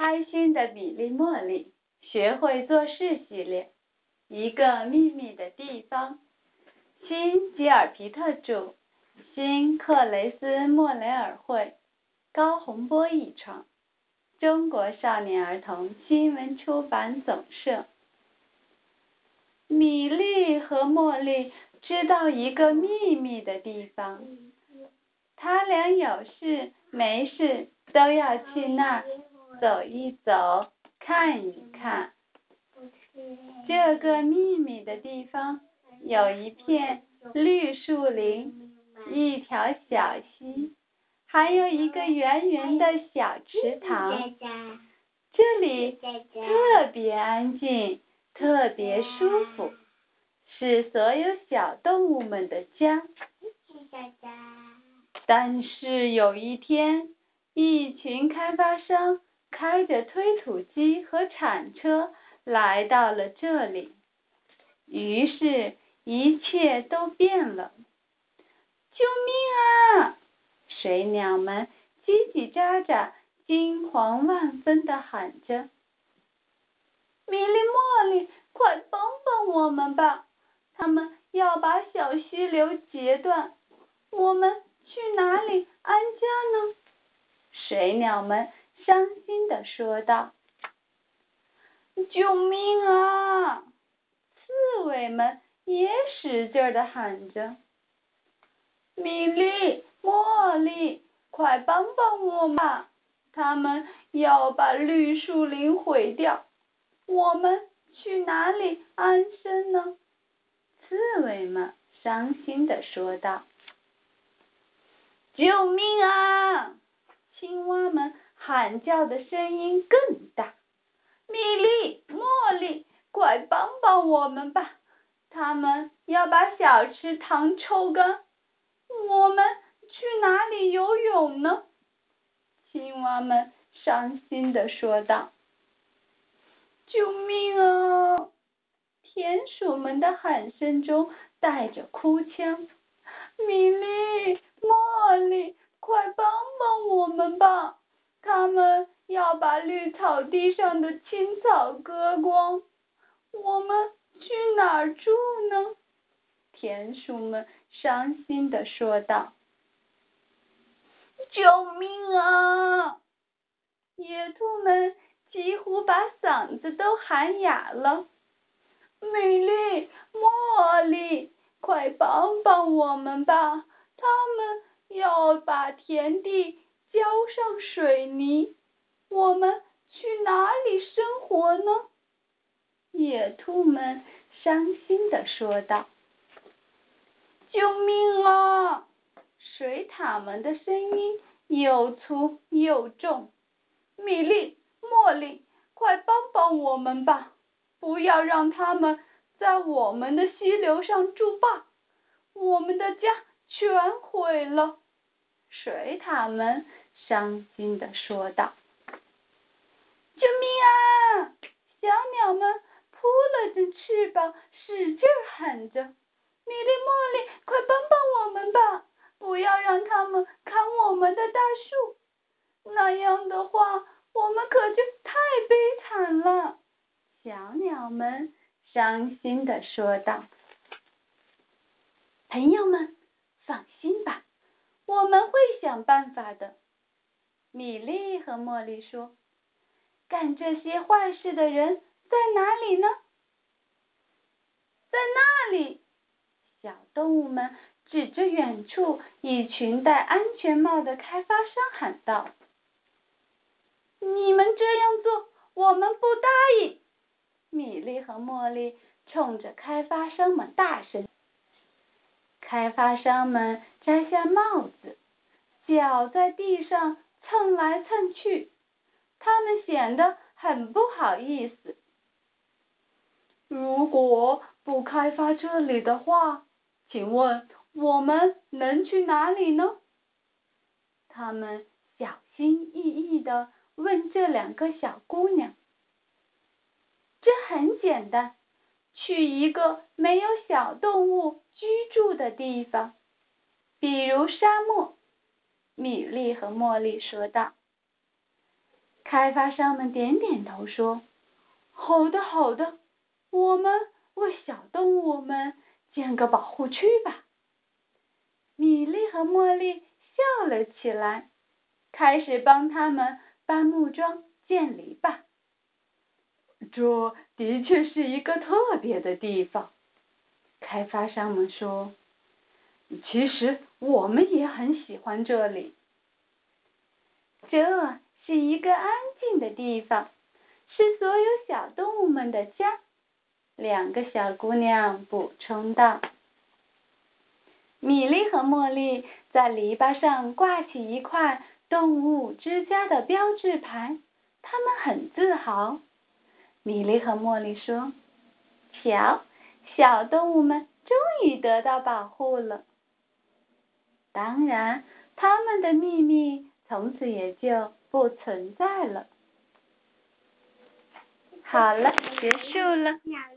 开心的米粒茉莉学会做事系列，一个秘密的地方。新吉尔皮特著，新克雷斯莫雷尔绘，高洪波译创，中国少年儿童新闻出版总社。米粒和茉莉知道一个秘密的地方，他俩有事没事都要去那儿走一走，看一看。这个秘密的地方有一片绿树林，一条小溪，还有一个圆圆的小池塘。这里特别安静，特别舒服，是所有小动物们的家。但是有一天，一群开发商开着推土机和铲车来到了这里，于是一切都变了。救命啊！水鸟们叽叽喳喳，惊慌万分地喊着。米粒茉莉，快帮帮我们吧！他们要把小溪流截断，我们去哪里安家呢？水鸟们伤心地说道。救命啊！刺猬们也使劲地喊着。米粒茉莉，快帮帮我们吧！他们要把绿树林毁掉，我们去哪里安身呢？刺猬们伤心地说道。救命啊！青蛙们喊叫的声音更大。米粒茉莉，快帮帮我们吧！他们要把小池塘抽干，我们去哪里游泳呢？青蛙们伤心地说道。救命啊！田鼠们的喊声中带着哭腔。米粒茉莉，快帮帮我们吧！他们要把绿草地上的青草割光，我们去哪儿住呢？田鼠们伤心地说道。救命啊！野兔们几乎把嗓子都喊哑了。米粒茉莉，快帮帮我们吧！他们要把田地浇上水泥，我们去哪里生活呢？野兔们伤心地说道。救命啊！水獭们的声音又粗又重。米粒茉莉，快帮帮我们吧！不要让他们在我们的溪流上筑坝，我们的家全毁了。水獭们伤心地说道。救命啊！小鸟们扑了着翅膀，使劲喊着。米粒茉莉，快帮帮我们吧！不要让他们砍我们的大树，那样的话我们可就太悲惨了。小鸟们伤心地说道。朋友们，放心吧，我们会想办法的。米粒和茉莉说。干这些坏事的人在哪里呢？在那里！小动物们指着远处一群戴安全帽的开发商喊道。你们这样做，我们不答应！米粒和茉莉冲着开发商们大声。开发商们摘下帽子，脚在地上蹭来蹭去，他们显得很不好意思。如果不开发这里的话，请问我们能去哪里呢？他们小心翼翼地问这两个小姑娘。这很简单，去一个没有小动物居住的地方，比如沙漠。米粒和茉莉说道。 开发商们点点头说：“好的，好的，我们为小动物们建个保护区吧。”米莉和茉莉笑了起来，开始帮他们搬木桩、建篱笆。这的确是一个特别的地方，开发商们说。其实我们也很喜欢这里。这是一个安静的地方，是所有小动物们的家。两个小姑娘补充道。米莉和茉莉在篱笆上挂起一块动物之家的标志牌，她们很自豪。米莉和茉莉说：“瞧，小动物们终于得到保护了。”当然，他们的秘密从此也就不存在了。好了，结束了。